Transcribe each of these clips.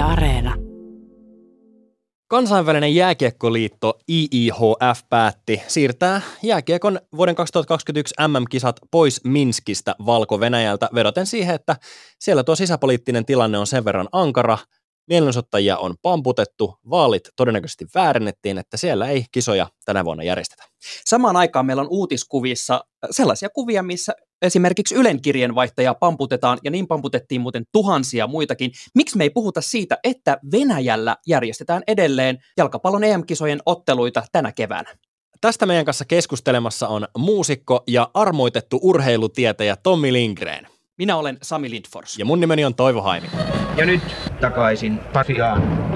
Areena. Kansainvälinen jääkiekkoliitto IIHF päätti siirtää jääkiekon vuoden 2021 MM-kisat pois Minskistä Valko-Venäjältä vedoten siihen, että siellä tuo sisäpoliittinen tilanne on sen verran ankara, mielenosoittajia on pamputettu, vaalit todennäköisesti väärennettiin, että siellä ei kisoja tänä vuonna järjestetä. Samaan aikaan meillä on uutiskuvissa sellaisia kuvia, missä esimerkiksi Ylen kirjeenvaihtajaa pamputetaan, ja niin pamputettiin muuten tuhansia muitakin. Miksi me ei puhuta siitä, että Venäjällä järjestetään edelleen jalkapallon EM-kisojen otteluita tänä keväänä? Tästä meidän kanssa keskustelemassa on muusikko ja armoitettu urheilutietäjä Tommi Lindgren. Minä olen Sami Lindfors. Ja mun nimeni on Toivo Haimi. Ja nyt takaisin Pasiaan.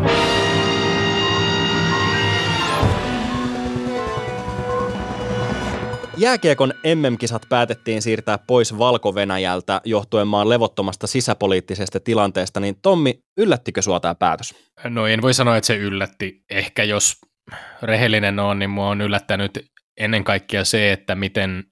Jääkiekon MM-kisat päätettiin siirtää pois Valko-Venäjältä johtuen maan levottomasta sisäpoliittisesta tilanteesta, niin Tommi, yllättikö sua tämä päätös? No en voi sanoa, että se yllätti. Ehkä jos rehellinen on, niin mua on yllättänyt ennen kaikkea se, että miten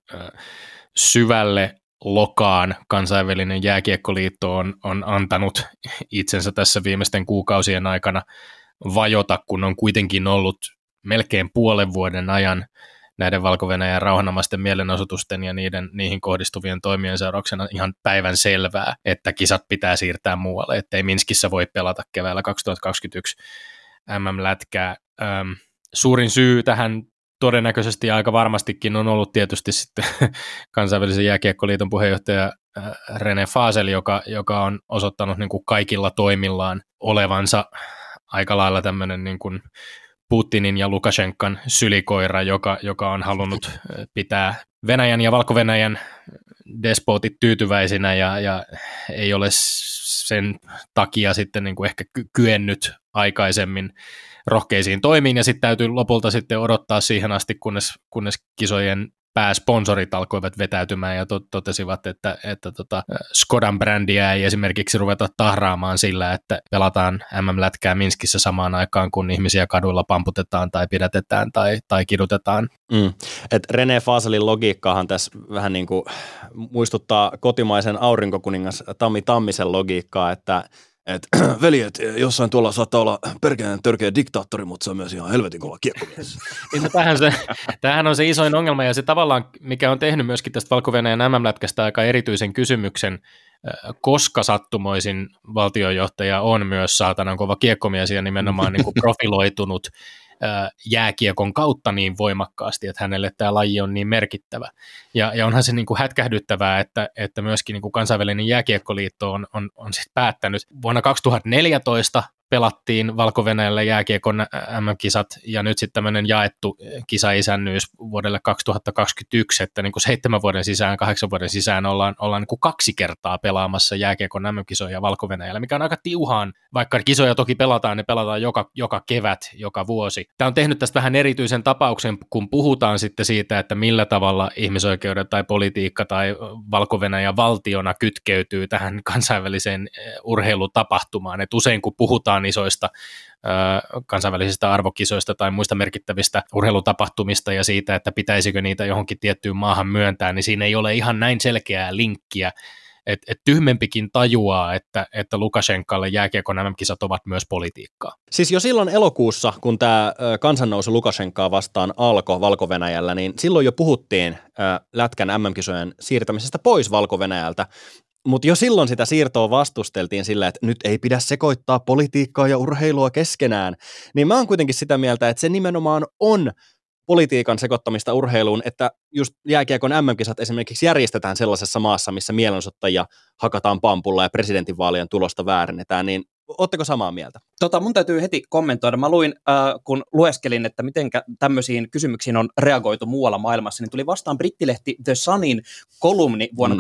syvälle lokaan kansainvälinen jääkiekkoliitto on antanut itsensä tässä viimeisten kuukausien aikana vajota, kun on kuitenkin ollut melkein puolen vuoden ajan näiden Valko-Venäjän rauhanomaisten mielenosoitusten ja niihin kohdistuvien toimien seurauksena ihan päivän selvää, että kisat pitää siirtää muualle, ettei Minskissä voi pelata keväällä 2021 MM-lätkää. Suurin syy tähän todennäköisesti ja aika varmastikin on ollut tietysti sitten kansainvälisen jääkiekkoliiton puheenjohtaja René Fasel, joka on osoittanut niin kuin kaikilla toimillaan olevansa aika lailla tämmöinen niin kuin Putinin ja Lukashenkan sylikoira, joka on halunnut pitää Venäjän ja Valko-Venäjän despotit tyytyväisinä ja ei ole sen takia sitten niin kuin ehkä kyennyt aikaisemmin rohkeisiin toimiin, ja sitten täytyy lopulta sitten odottaa siihen asti, kunnes kisojen pääsponsorit alkoivat vetäytymään ja totesivat, että Skodan brändiä ei esimerkiksi ruveta tahraamaan sillä, että pelataan MM-lätkää Minskissä samaan aikaan, kun ihmisiä kaduilla pamputetaan tai pidätetään tai kidutetaan. Et René Faselin logiikkaahan tässä vähän niin kuin muistuttaa kotimaisen aurinkokuningas Tammi Tammisen logiikkaa, että veljet, jossain tuolla saattaa olla perkeleen törkeä diktaattori, mutta se on myös ihan helvetin kova kiekkomies. Tämähän on se isoin ongelma, ja se tavallaan, mikä on tehnyt myöskin tästä Valko-Venäjän MM-lätkästä aika erityisen kysymyksen, koska sattumoisin valtionjohtaja on myös saatanan kova kiekkomies ja nimenomaan niin kuin profiloitunut jääkiekon kautta niin voimakkaasti, että hänelle tämä laji on niin merkittävä. Ja onhan se niin kuin hätkähdyttävää, että myöskin niin kuin kansainvälinen jääkiekkoliitto on sit päättänyt. Vuonna 2014 pelattiin Valko-Venäjällä jääkiekon MM-kisat, ja nyt sitten tämmöinen jaettu kisaisännys vuodelle 2021, että niin kuin 7 vuoden sisään, 8 vuoden sisään ollaan niin kuin 2 kertaa pelaamassa jääkiekon MM-kisoja Valko-Venäjällä, mikä on aika tiuhaan, vaikka kisoja toki pelataan, ne pelataan joka kevät, joka vuosi. Tämä on tehnyt tästä vähän erityisen tapauksen, kun puhutaan sitten siitä, että millä tavalla ihmisoikeudet tai politiikka tai Valko-Venäjän valtiona kytkeytyy tähän kansainväliseen urheilutapahtumaan, että usein kun puhutaan isoista kansainvälisistä arvokisoista tai muista merkittävistä urheilutapahtumista ja siitä, että pitäisikö niitä johonkin tiettyyn maahan myöntää, niin siinä ei ole ihan näin selkeää linkkiä, että tyhmempikin tajuaa, että Lukashenkalle jääkiekon MM-kisat ovat myös politiikkaa. Siis jo silloin elokuussa, kun tämä kansannousu Lukashenkaa vastaan alkoi Valko-Venäjällä, niin silloin jo puhuttiin lätkän MM-kisojen siirtämisestä pois Valko-Venäjältä. Mutta jo silloin sitä siirtoa vastusteltiin sillä, että nyt ei pidä sekoittaa politiikkaa ja urheilua keskenään. Niin mä oon kuitenkin sitä mieltä, että se nimenomaan on politiikan sekoittamista urheiluun, että just jääkiekon MM-kisat esimerkiksi järjestetään sellaisessa maassa, missä mielenosoittajia hakataan pampulla ja presidentinvaalien tulosta väärennetään, niin ootteko samaa mieltä? Mun täytyy heti kommentoida. Mä luin, kun lueskelin, että miten tämmöisiin kysymyksiin on reagoitu muualla maailmassa, niin tuli vastaan brittilehti The Sunin kolumni vuonna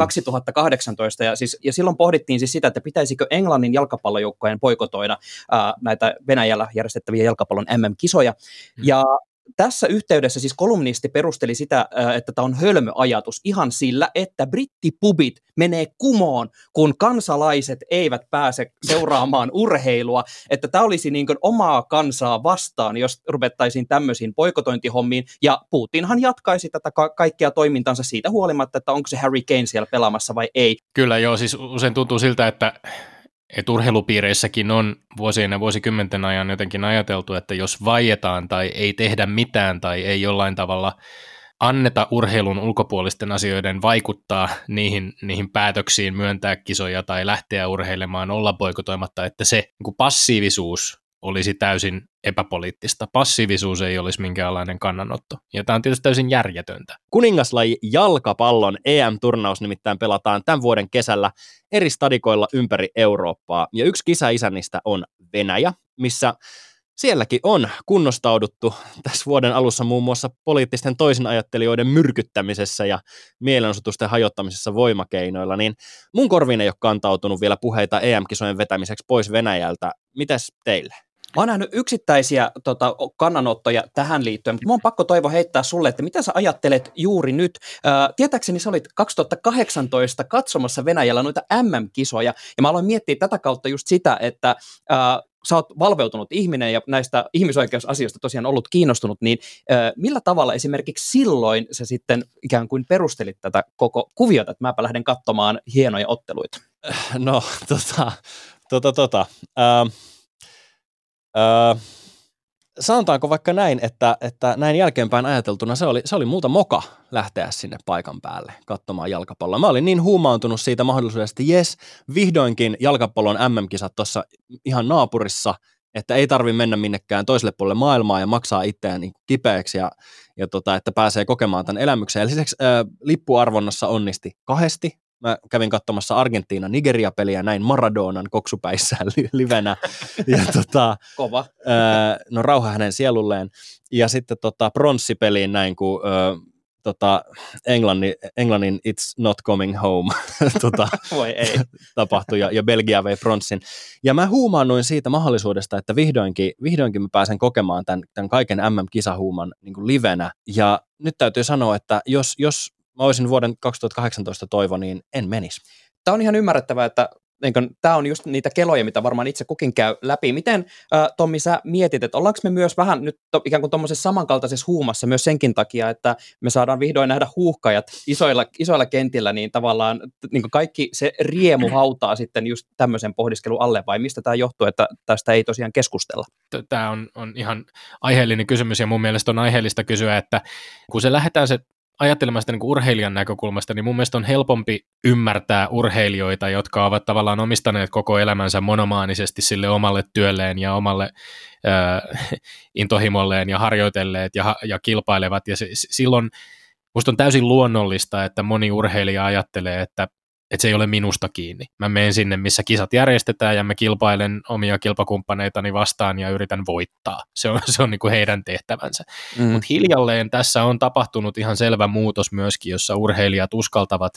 2018, ja silloin pohdittiin siis sitä, että pitäisikö Englannin jalkapallojoukkojen boikotoida näitä Venäjällä järjestettäviä jalkapallon MM-kisoja, ja tässä yhteydessä siis kolumnisti perusteli sitä, että tämä on hölmöajatus ihan sillä, että brittipubit menee kumoon, kun kansalaiset eivät pääse seuraamaan urheilua, että tämä olisi niin kuin omaa kansaa vastaan, jos ruvettaisiin tämmöisiin boikotointihommiin, ja Putinhan jatkaisi tätä kaikkea toimintansa siitä huolimatta, että onko se Harry Kane siellä pelaamassa vai ei. Kyllä joo, siis usein tuntuu siltä, että että urheilupiireissäkin on vuosien ja vuosikymmenten ajan jotenkin ajateltu, että jos vaietaan tai ei tehdä mitään tai ei jollain tavalla anneta urheilun ulkopuolisten asioiden vaikuttaa niihin päätöksiin, myöntää kisoja tai lähteä urheilemaan, olla boikotoimatta, että se niin kuin passiivisuus olisi täysin epäpoliittista. Passiivisuus ei olisi minkäänlainen kannanotto. Ja tämä on tietysti täysin järjetöntä. Kuningaslaji jalkapallon EM-turnaus nimittäin pelataan tämän vuoden kesällä eri stadikoilla ympäri Eurooppaa. Ja yksi kisaisännistä on Venäjä, missä sielläkin on kunnostauduttu tässä vuoden alussa muun muassa poliittisten toisinajattelijoiden myrkyttämisessä ja mielenosoitusten hajottamisessa voimakeinoilla, niin mun korviin ei ole kantautunut vielä puheita EM-kisojen vetämiseksi pois Venäjältä. Mites teille? Mä oon nähnyt yksittäisiä kannanottoja tähän liittyen, mutta mun on pakko Toivo heittää sulle, että mitä sä ajattelet juuri nyt. Tietääkseni sä olit 2018 katsomassa Venäjällä noita MM-kisoja, ja mä aloin miettiä tätä kautta just sitä, että sä oot valveutunut ihminen ja näistä ihmisoikeusasioista tosiaan ollut kiinnostunut, niin millä tavalla esimerkiksi silloin sä sitten ikään kuin perustelit tätä koko kuviota, että mäpä lähden katsomaan hienoja otteluita? No, sanotaanko vaikka näin, että näin jälkeenpäin ajateltuna se oli multa moka lähteä sinne paikan päälle katsomaan jalkapalloa. Mä olin niin huumaantunut siitä mahdollisuudesta, että jes, vihdoinkin jalkapallon MM-kisat tuossa ihan naapurissa, että ei tarvi mennä minnekään toiselle puolelle maailmaa ja maksaa itseään niin kipeäksi ja että pääsee kokemaan tämän elämyksen. Ja lisäksi lippuarvonnassa onnisti 2. Mä kävin katsomassa Argentiina-Nigeria-peliä näin Maradonan koksupäissään livenä. Ja Kova. No rauha hänen sielulleen. Ja sitten pronssipeliin näin, kun Englannin It's Not Coming Home Voi ei. tapahtui ja Belgia vei pronssin. Ja mä huumaannuin siitä mahdollisuudesta, että vihdoinkin mä pääsen kokemaan tämän kaiken MM-kisahuuman niin kuin livenä. Ja nyt täytyy sanoa, että jos mä olisin vuoden 2018 Toivo, niin en menisi. Tämä on ihan ymmärrettävää, että tämä on just niitä keloja, mitä varmaan itse kukin käy läpi. Miten, Tommi, sä mietit, että ollaanko me myös vähän nyt ikään kuin tuommoisessa samankaltaisessa huumassa myös senkin takia, että me saadaan vihdoin nähdä huuhkajat isoilla kentillä, niin tavallaan niin kuin kaikki se riemu hautaa sitten just tämmöisen pohdiskelun alle, vai mistä tämä johtuu, että tästä ei tosiaan keskustella? Tämä on ihan aiheellinen kysymys, ja mun mielestä on aiheellista kysyä, että kun se lähdetään se ajattelemaan sitä niin kuin urheilijan näkökulmasta, niin mun mielestä on helpompi ymmärtää urheilijoita, jotka ovat tavallaan omistaneet koko elämänsä monomaanisesti sille omalle työlleen ja omalle intohimolleen ja harjoitelleet ja kilpailevat. Ja silloin musta on täysin luonnollista, että moni urheilija ajattelee, että se ei ole minusta kiinni. Mä menen sinne, missä kisat järjestetään ja mä kilpailen omia kilpakumppaneitani vastaan ja yritän voittaa. Se on niin kuin heidän tehtävänsä. Mutta hiljalleen tässä on tapahtunut ihan selvä muutos myöskin, jossa urheilijat uskaltavat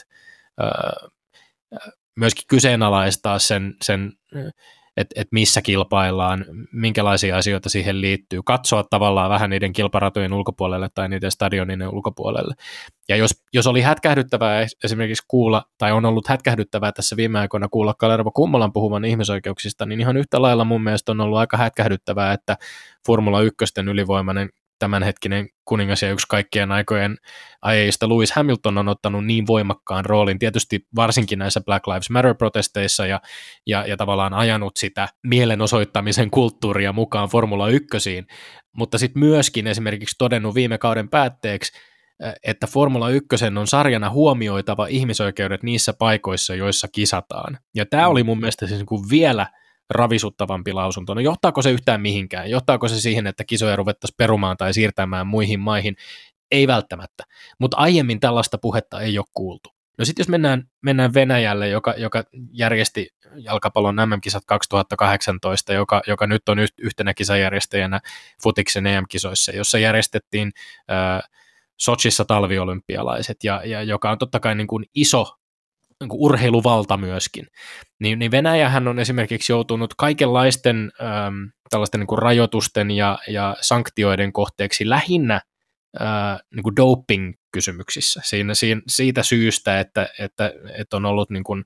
myöskin kyseenalaistaa sen että missä kilpaillaan, minkälaisia asioita siihen liittyy, katsoa tavallaan vähän niiden kilparatojen ulkopuolelle tai niiden stadioninen ulkopuolelle. Ja jos oli hätkähdyttävää esimerkiksi kuulla, tai on ollut hätkähdyttävää tässä viime aikoina kuulla Kalervo Kummolan puhuvan ihmisoikeuksista, niin ihan yhtä lailla mun mielestä on ollut aika hätkähdyttävää, että Formula 1 ylivoimainen tämänhetkinen kuningas ja yksi kaikkien aikojen ajajista Lewis Hamilton on ottanut niin voimakkaan roolin, tietysti varsinkin näissä Black Lives Matter-protesteissa ja tavallaan ajanut sitä mielenosoittamisen kulttuuria mukaan Formula 1:iin, mutta sitten myöskin esimerkiksi todennut viime kauden päätteeksi, että Formula 1 on sarjana huomioitava ihmisoikeudet niissä paikoissa, joissa kisataan. Ja tämä oli mun mielestä siis niin vielä ravisuttavampi lausunto. No johtaako se yhtään mihinkään? Johtaako se siihen, että kisoja ruvettaisiin perumaan tai siirtämään muihin maihin? Ei välttämättä. Mutta aiemmin tällaista puhetta ei ole kuultu. No sitten jos mennään Venäjälle, joka järjesti jalkapallon MM-kisat 2018, joka nyt on yhtenä kisajärjestäjänä futiksen EM-kisoissa, jossa järjestettiin Sochissa talviolympialaiset, ja joka on totta kai niin kuin iso niin kuin urheiluvalta myöskin, niin Venäjähän on esimerkiksi joutunut kaikenlaisten tällaisten niin kuin rajoitusten ja sanktioiden kohteeksi lähinnä niin kuin doping-kysymyksissä. Siitä syystä, että on ollut niin kuin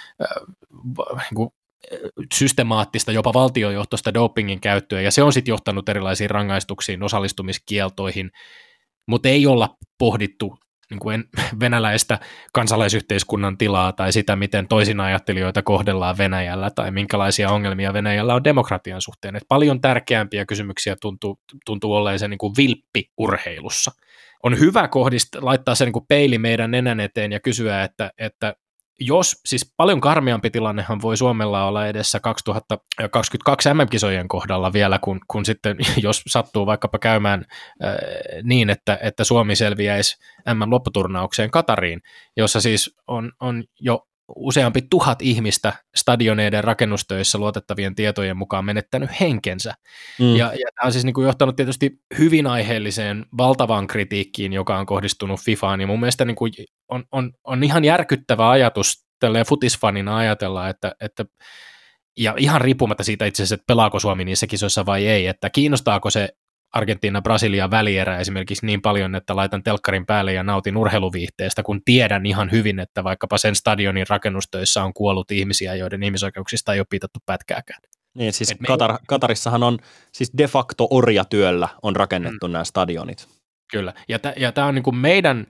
systemaattista, jopa valtiojohtoista dopingin käyttöä, ja se on sitten johtanut erilaisiin rangaistuksiin, osallistumiskieltoihin, mutta ei olla pohdittu niin kuin venäläistä kansalaisyhteiskunnan tilaa tai sitä, miten toisinajattelijoita kohdellaan Venäjällä tai minkälaisia ongelmia Venäjällä on demokratian suhteen. Et paljon tärkeämpiä kysymyksiä tuntuu olleen se niin kuin vilppiurheilussa. On hyvä laittaa se niin kuin peili meidän nenän eteen ja kysyä, että jos, siis paljon karmeampi tilannehan voi Suomella olla edessä 2022 MM-kisojen kohdalla vielä, kun sitten, jos sattuu vaikkapa käymään niin, että Suomi selviäisi MM-lopputurnaukseen Katariin, jossa siis on jo useampi 1000 ihmistä stadioneiden rakennustöissä luotettavien tietojen mukaan menettänyt henkensä. Ja tämä on siis niin kuin johtanut tietysti hyvin aiheelliseen valtavaan kritiikkiin, joka on kohdistunut FIFAan, ja mun mielestä niin kuin on ihan järkyttävä ajatus tälleen futisfanina ajatella, että ja ihan riippumatta siitä itse asiassa, että pelaako Suomi niissä kisoissa vai ei, että kiinnostaako se Argentiina-Brasilia välierä esimerkiksi niin paljon, että laitan telkkarin päälle ja nautin urheiluviihteestä, kun tiedän ihan hyvin, että vaikkapa sen stadionin rakennustöissä on kuollut ihmisiä, joiden ihmisoikeuksista ei ole piitattu pätkääkään. Niin, siis Katarissahan on siis de facto orjatyöllä on rakennettu nämä stadionit. Kyllä, ja tämä on niin kuin meidän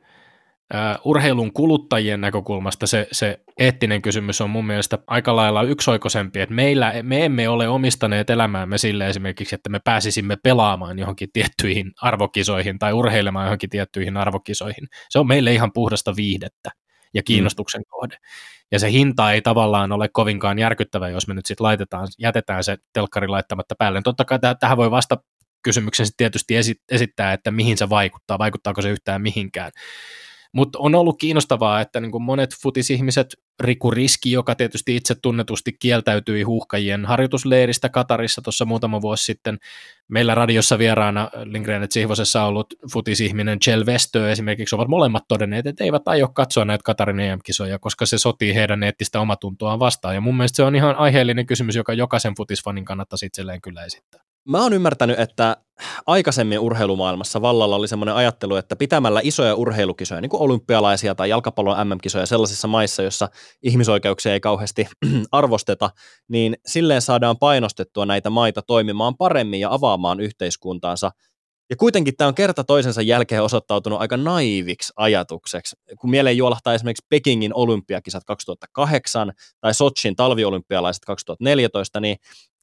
urheilun kuluttajien näkökulmasta se eettinen kysymys on mun mielestä aika lailla yksioikoisempi, että me emme ole omistaneet elämäämme sille esimerkiksi, että me pääsisimme pelaamaan johonkin tiettyihin arvokisoihin tai urheilemaan johonkin tiettyihin arvokisoihin. Se on meille ihan puhdasta viihdettä ja kiinnostuksen kohde. Ja se hinta ei tavallaan ole kovinkaan järkyttävä, jos me nyt sitten jätetään se telkkari laittamatta päälle. Totta kai tähän voi vasta kysymyksen tietysti esittää, että mihin se vaikuttaa, vaikuttaako se yhtään mihinkään. Mutta on ollut kiinnostavaa, että niin kuin monet futisihmiset, Riku Riski, joka tietysti itse tunnetusti kieltäytyi huuhkajien harjoitusleiristä Katarissa tuossa muutama vuosi sitten, meillä radiossa vieraana Lindgrenet Sihvosessa ollut futisihminen Kjell Westö esimerkiksi ovat molemmat todenneet, että eivät aio katsoa näitä Katarin EM-kisoja, koska se sotii heidän eettistä omatuntoaan vastaan. Ja mun mielestä se on ihan aiheellinen kysymys, joka jokaisen futisfanin kannattaisi itselleen kyllä esittää. Mä oon ymmärtänyt, että aikaisemmin urheilumaailmassa vallalla oli semmoinen ajattelu, että pitämällä isoja urheilukisoja, niin kuin olympialaisia tai jalkapallon MM-kisoja sellaisissa maissa, jossa ihmisoikeuksia ei kauheasti arvosteta, niin silleen saadaan painostettua näitä maita toimimaan paremmin ja avaamaan yhteiskuntaansa. Ja kuitenkin tämä on kerta toisensa jälkeen osoittautunut aika naiviksi ajatukseksi. Kun mieleen juolahtaa esimerkiksi Pekingin olympiakisat 2008 tai Sotsin talviolympialaiset 2014, niin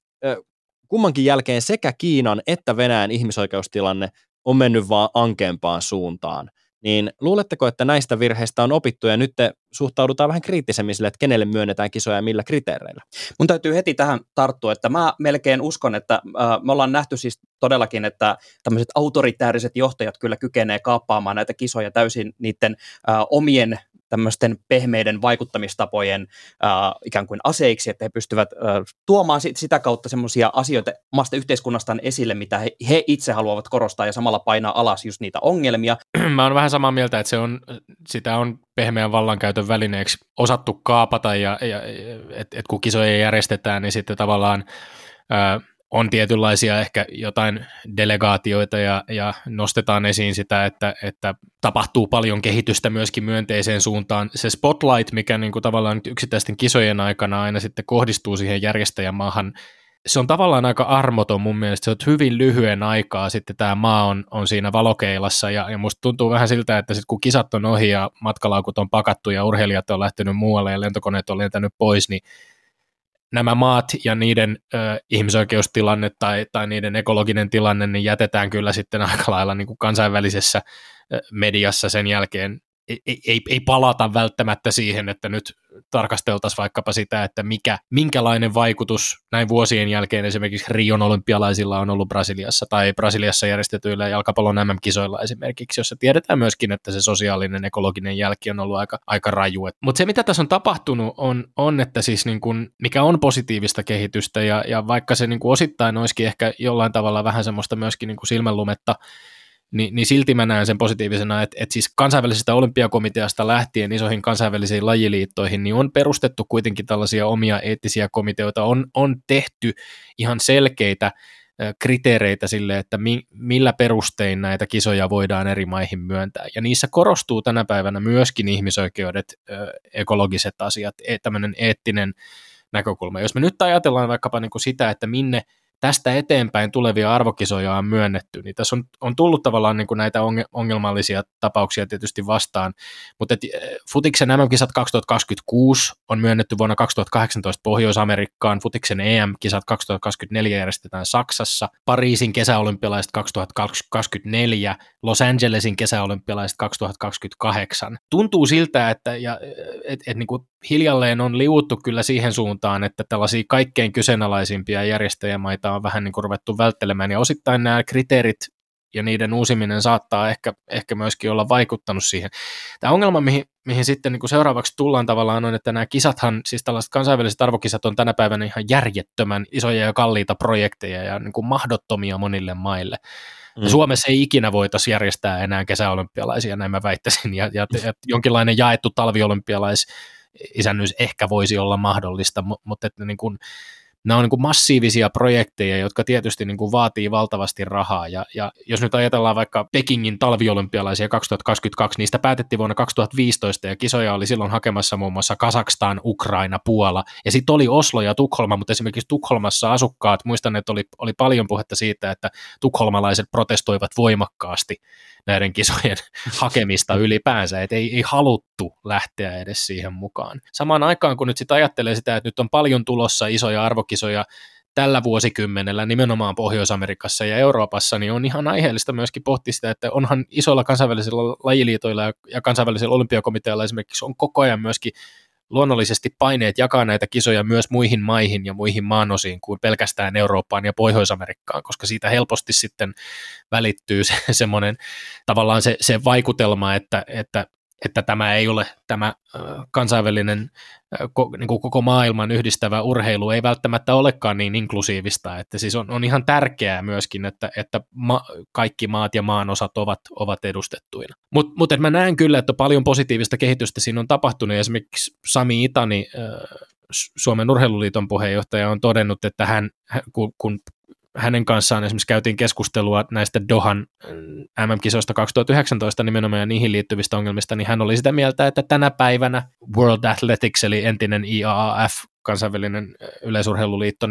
kummankin jälkeen sekä Kiinan että Venäjän ihmisoikeustilanne on mennyt vaan ankeampaan suuntaan. Niin luuletteko, että näistä virheistä on opittu ja nyt suhtaudutaan vähän kriittisemmin sille, että kenelle myönnetään kisoja ja millä kriteereillä? Mun täytyy heti tähän tarttua, että mä melkein uskon, että me ollaan nähty siis todellakin, että tämmöiset autoritääriset johtajat kyllä kykenee kaappaamaan näitä kisoja täysin niiden omien tämmöisten pehmeiden vaikuttamistapojen ikään kuin aseiksi, että he pystyvät tuomaan sitä kautta semmoisia asioita omasta yhteiskunnastaan esille, mitä he itse haluavat korostaa ja samalla painaa alas just niitä ongelmia. Mä oon vähän samaa mieltä, että sitä on pehmeän vallankäytön välineeksi osattu kaapata ja et kun kisoja järjestetään, niin sitten tavallaan on tietynlaisia ehkä jotain delegaatioita ja nostetaan esiin sitä, että tapahtuu paljon kehitystä myöskin myönteiseen suuntaan. Se spotlight, mikä niin kuin tavallaan nyt yksittäisten kisojen aikana aina sitten kohdistuu siihen järjestäjämaahan, se on tavallaan aika armoton mun mielestä. Se on hyvin lyhyen aikaa sitten tämä maa on siinä valokeilassa ja musta tuntuu vähän siltä, että sitten kun kisat on ohi ja matkalaukut on pakattu ja urheilijat on lähtenyt muualle ja lentokoneet on lentänyt pois, niin nämä maat ja niiden ihmisoikeustilanne tai niiden ekologinen tilanne niin jätetään kyllä sitten aika lailla niin kuin kansainvälisessä mediassa sen jälkeen. Ei palata välttämättä siihen, että nyt tarkasteltaisiin vaikkapa sitä, että minkälainen vaikutus näin vuosien jälkeen esimerkiksi Rion olympialaisilla on ollut Brasiliassa tai Brasiliassa järjestetyillä jalkapallon MM-kisoilla esimerkiksi, jossa tiedetään myöskin, että se sosiaalinen ekologinen jälki on ollut aika raju. Mutta se, mitä tässä on tapahtunut, on että siis niin kun, mikä on positiivista kehitystä ja vaikka se niin kun osittain olisikin ehkä jollain tavalla vähän semmoista myöskin niin kun silmänlumetta, niin silti mä näen sen positiivisena, että siis kansainvälisestä olympiakomiteasta lähtien isoihin kansainvälisiin lajiliittoihin, niin on perustettu kuitenkin tällaisia omia eettisiä komiteoita, on tehty ihan selkeitä kriteereitä sille, että millä perustein näitä kisoja voidaan eri maihin myöntää. Ja niissä korostuu tänä päivänä myöskin ihmisoikeudet, ekologiset asiat, tämmöinen eettinen näkökulma. Jos me nyt ajatellaan vaikkapa niin kuin sitä, että minne tästä eteenpäin tulevia arvokisoja on myönnetty, niin tässä on tullut tavallaan niin kuin näitä ongelmallisia tapauksia tietysti vastaan, mutta futiksen MM-kisat 2026 on myönnetty vuonna 2018 Pohjois-Amerikkaan, futiksen EM-kisat 2024 järjestetään Saksassa, Pariisin kesäolympialaiset 2024, Los Angelesin kesäolympialaiset 2028. Tuntuu siltä, että niin kuin hiljalleen on liuuttu kyllä siihen suuntaan, että tällaisia kaikkein kyseenalaisimpia järjestäjämaita on vähän niin kuin ruvettu välttelemään, ja osittain nämä kriteerit ja niiden uusiminen saattaa ehkä myöskin olla vaikuttanut siihen. Tämä ongelma, mihin sitten niin kuin seuraavaksi tullaan tavallaan on, että nämä kisathan, siis tällaiset kansainväliset arvokisat on tänä päivänä ihan järjettömän isoja ja kalliita projekteja ja niin kuin mahdottomia monille maille. Suomessa ei ikinä voitaisiin järjestää enää kesäolympialaisia, näin mä väittäisin, ja jonkinlainen jaettu talviolympialais-isännys ehkä voisi olla mahdollista, mutta että niin kuin, nämä on niin kuin massiivisia projekteja, jotka tietysti niin kuin vaatii valtavasti rahaa, ja jos nyt ajatellaan vaikka Pekingin talviolympialaisia 2022, niistä päätettiin vuonna 2015, ja kisoja oli silloin hakemassa muun muassa Kazakstan, Ukraina, Puola, ja sitten oli Oslo ja Tukholma, mutta esimerkiksi Tukholmassa asukkaat, muistan, että oli paljon puhetta siitä, että tukholmalaiset protestoivat voimakkaasti näiden kisojen hakemista ylipäänsä, että ei haluttu lähteä edes siihen mukaan. Samaan aikaan, kun nyt sitten ajattelee sitä, että nyt on paljon tulossa isoja arvokisoja tällä vuosikymmenellä nimenomaan Pohjois-Amerikassa ja Euroopassa, niin on ihan aiheellista myöskin pohtia sitä, että onhan isoilla kansainvälisillä lajiliitoilla ja kansainvälisillä olympiakomitealla esimerkiksi on koko ajan myöskin luonnollisesti paineet jakaa näitä kisoja myös muihin maihin ja muihin maanosiin kuin pelkästään Eurooppaan ja Pohjois-Amerikkaan, koska siitä helposti sitten välittyy semmoinen tavallaan se vaikutelma, että tämä ei ole tämä kansainvälinen niin kuin koko maailman yhdistävä urheilu ei välttämättä olekaan niin inklusiivista, että siis on ihan tärkeää myöskin, että kaikki maat ja maanosat ovat edustettuina. Mutta mä näen kyllä, että paljon positiivista kehitystä siinä on tapahtunut, ja esimerkiksi Sami Itani, Suomen urheiluliiton puheenjohtaja, on todennut, että kun hänen kanssaan esimerkiksi käytiin keskustelua näistä Dohan MM-kisoista 2019 nimenomaan ja niihin liittyvistä ongelmista, niin hän oli sitä mieltä, että tänä päivänä World Athletics, eli entinen IAAF, kansainvälinen yleisurheiluliitto,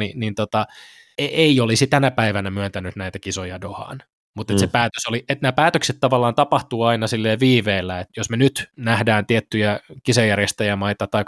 ei olisi tänä päivänä myöntänyt näitä kisoja Dohaan. Mutta se päätös oli, että nämä päätökset tavallaan tapahtuu aina silleen viiveellä, että jos me nyt nähdään tiettyjä kisajärjestäjämaita tai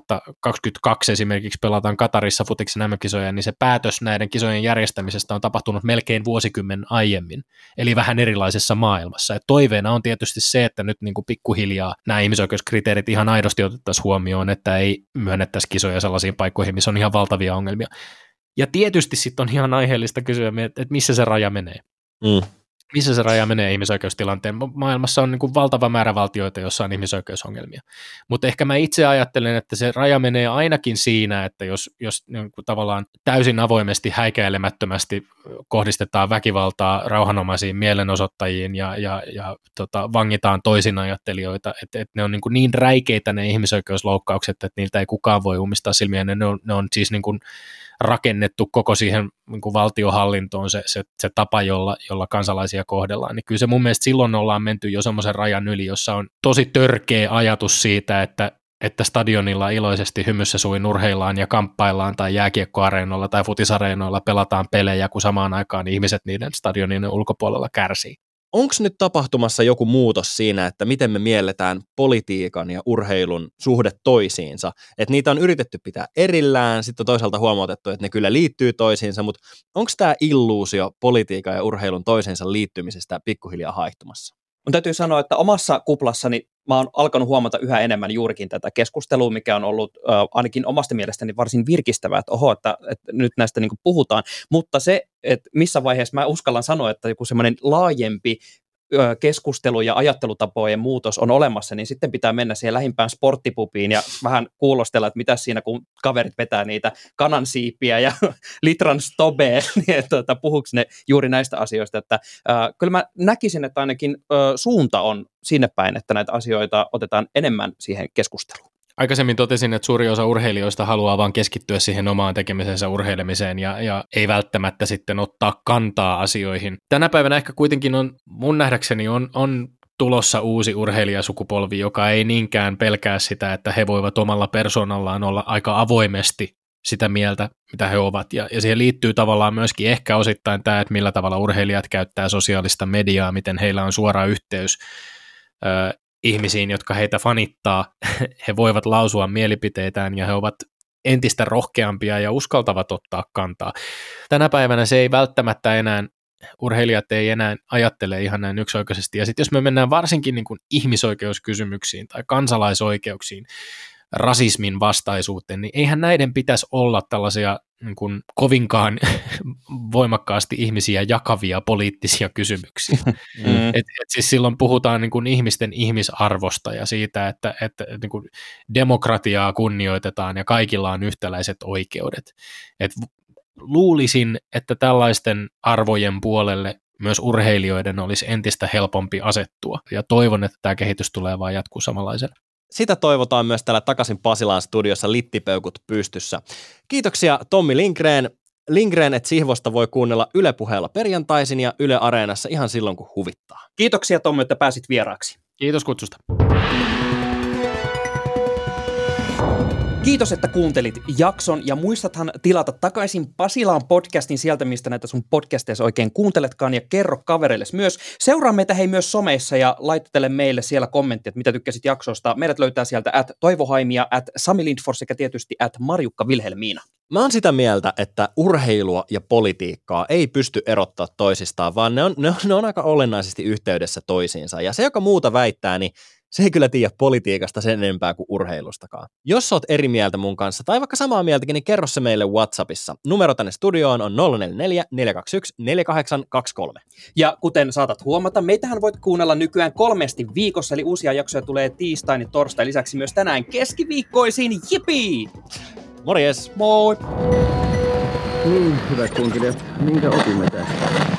2022 esimerkiksi pelataan Katarissa futiksen MM-kisoja, niin se päätös näiden kisojen järjestämisestä on tapahtunut melkein vuosikymmen aiemmin, eli vähän erilaisessa maailmassa. Et toiveena on tietysti se, että nyt niin kuin pikkuhiljaa nämä ihmisoikeuskriteerit ihan aidosti otettaisiin huomioon, että ei myönnettäisi kisoja sellaisiin paikkoihin, missä on ihan valtavia ongelmia. Ja tietysti sitten on ihan aiheellista kysyä, että missä se raja menee. Missä se raja menee ihmisoikeustilanteen? Maailmassa on niin kuin valtava määrä valtioita, joissa on ihmisoikeusongelmia. Mutta ehkä mä itse ajattelen, että se raja menee ainakin siinä, että jos niin kuin tavallaan täysin avoimesti häikäilemättömästi kohdistetaan väkivaltaa rauhanomaisiin mielenosoittajiin ja vangitaan toisinajattelijoita, että ne on niin räikeitä ne ihmisoikeusloukkaukset, että niiltä ei kukaan voi ummistaa silmiä. Ne on siis niin kuin rakennettu koko siihen niin kuin valtiohallintoon se tapa, jolla kansalaisia kohdellaan, niin kyllä se mun mielestä silloin ollaan menty jo semmoisen rajan yli, jossa on tosi törkeä ajatus siitä, että stadionilla iloisesti hymyssä suin urheillaan ja kamppaillaan tai jääkiekkoareenoilla tai futisareenoilla pelataan pelejä, kun samaan aikaan ihmiset niiden stadionien ulkopuolella kärsii. Onko nyt tapahtumassa joku muutos siinä, että miten me mielletään politiikan ja urheilun suhde toisiinsa? Että niitä on yritetty pitää erillään, sitten toisaalta huomautettu, että ne kyllä liittyy toisiinsa, mutta onko tämä illuusio politiikan ja urheilun toisiinsa liittymisestä pikkuhiljaa haihtumassa? Mun täytyy sanoa, että omassa kuplassani mä oon alkanut huomata yhä enemmän juurikin tätä keskustelua, mikä on ollut ainakin omasta mielestäni varsin virkistävää, että nyt näistä niin kuin puhutaan, mutta se, että missä vaiheessa mä uskallan sanoa, että joku semmoinen laajempi keskustelu ja ajattelutapojen muutos on olemassa, niin sitten pitää mennä siihen lähimpään sporttipubiin ja vähän kuulostella, että mitä siinä, kun kaverit vetää niitä kanansiipiä ja litran stobea, niin puhuuko ne juuri näistä asioista, että kyllä mä näkisin, että ainakin suunta on sinne päin, että näitä asioita otetaan enemmän siihen keskusteluun. Aikaisemmin totesin, että suuri osa urheilijoista haluaa vaan keskittyä siihen omaan tekemisensä urheilemiseen ja ei välttämättä sitten ottaa kantaa asioihin. Tänä päivänä ehkä kuitenkin on, mun nähdäkseni on tulossa uusi urheilijasukupolvi, joka ei niinkään pelkää sitä, että he voivat omalla persoonallaan olla aika avoimesti sitä mieltä, mitä he ovat. Ja siihen liittyy tavallaan myöskin ehkä osittain tämä, että millä tavalla urheilijat käyttää sosiaalista mediaa, miten heillä on suora yhteys ihmisiin, jotka heitä fanittaa. He voivat lausua mielipiteitään ja he ovat entistä rohkeampia ja uskaltavat ottaa kantaa. Tänä päivänä se ei välttämättä enää, urheilijat ei enää ajattele ihan näin yksioikoisesti. Ja sitten jos me mennään varsinkin niin kuin ihmisoikeuskysymyksiin tai kansalaisoikeuksiin, rasismin vastaisuuteen, niin eihän näiden pitäisi olla tällaisia niin kuin kovinkaan voimakkaasti ihmisiä jakavia poliittisia kysymyksiä. Et siis silloin puhutaan niin kuin ihmisten ihmisarvosta ja siitä, että niin kuin demokratiaa kunnioitetaan ja kaikilla on yhtäläiset oikeudet. Et luulisin, että tällaisten arvojen puolelle myös urheilijoiden olisi entistä helpompi asettua ja toivon, että tämä kehitys tulee vaan jatkuu samanlaisena. Sitä toivotaan myös täällä takaisin Pasilan studiossa littipeukut pystyssä. Kiitoksia Tommi Lindgren. Lindgren, että Sihvosta voi kuunnella Yle Puheella perjantaisin ja Yle Areenassa ihan silloin, kun huvittaa. Kiitoksia Tommi, että pääsit vieraaksi. Kiitos kutsusta. Kiitos, että kuuntelit jakson ja muistathan tilata takaisin Pasilaan podcastin sieltä, mistä näitä sun podcasteissa oikein kuunteletkaan ja kerro kavereille myös. Seuraa meitä hei myös someissa ja laittele meille siellä kommenttia, että mitä tykkäsit jaksosta. Meidät löytää sieltä @toivohaimia, @Sami Lindfors sekä tietysti @Marjukka Vilhelmiina. Mä oon sitä mieltä, että urheilua ja politiikkaa ei pysty erottaa toisistaan, vaan ne on aika olennaisesti yhteydessä toisiinsa. Ja se, joka muuta väittää, niin se ei kyllä tiedä politiikasta sen enempää kuin urheilustakaan. Jos oot eri mieltä mun kanssa tai vaikka samaa mieltäkin, niin kerro se meille WhatsAppissa. Numero tänne studioon on 044 421 4823. Ja kuten saatat huomata, meitähän voit kuunnella nykyään 3 viikossa, eli uusia jaksoja tulee tiistain ja torstai, lisäksi myös tänään keskiviikkoisiin. Jipii! Morjes! Moi! Niin, hyvät kuuntelijat, minkä opimme tästä?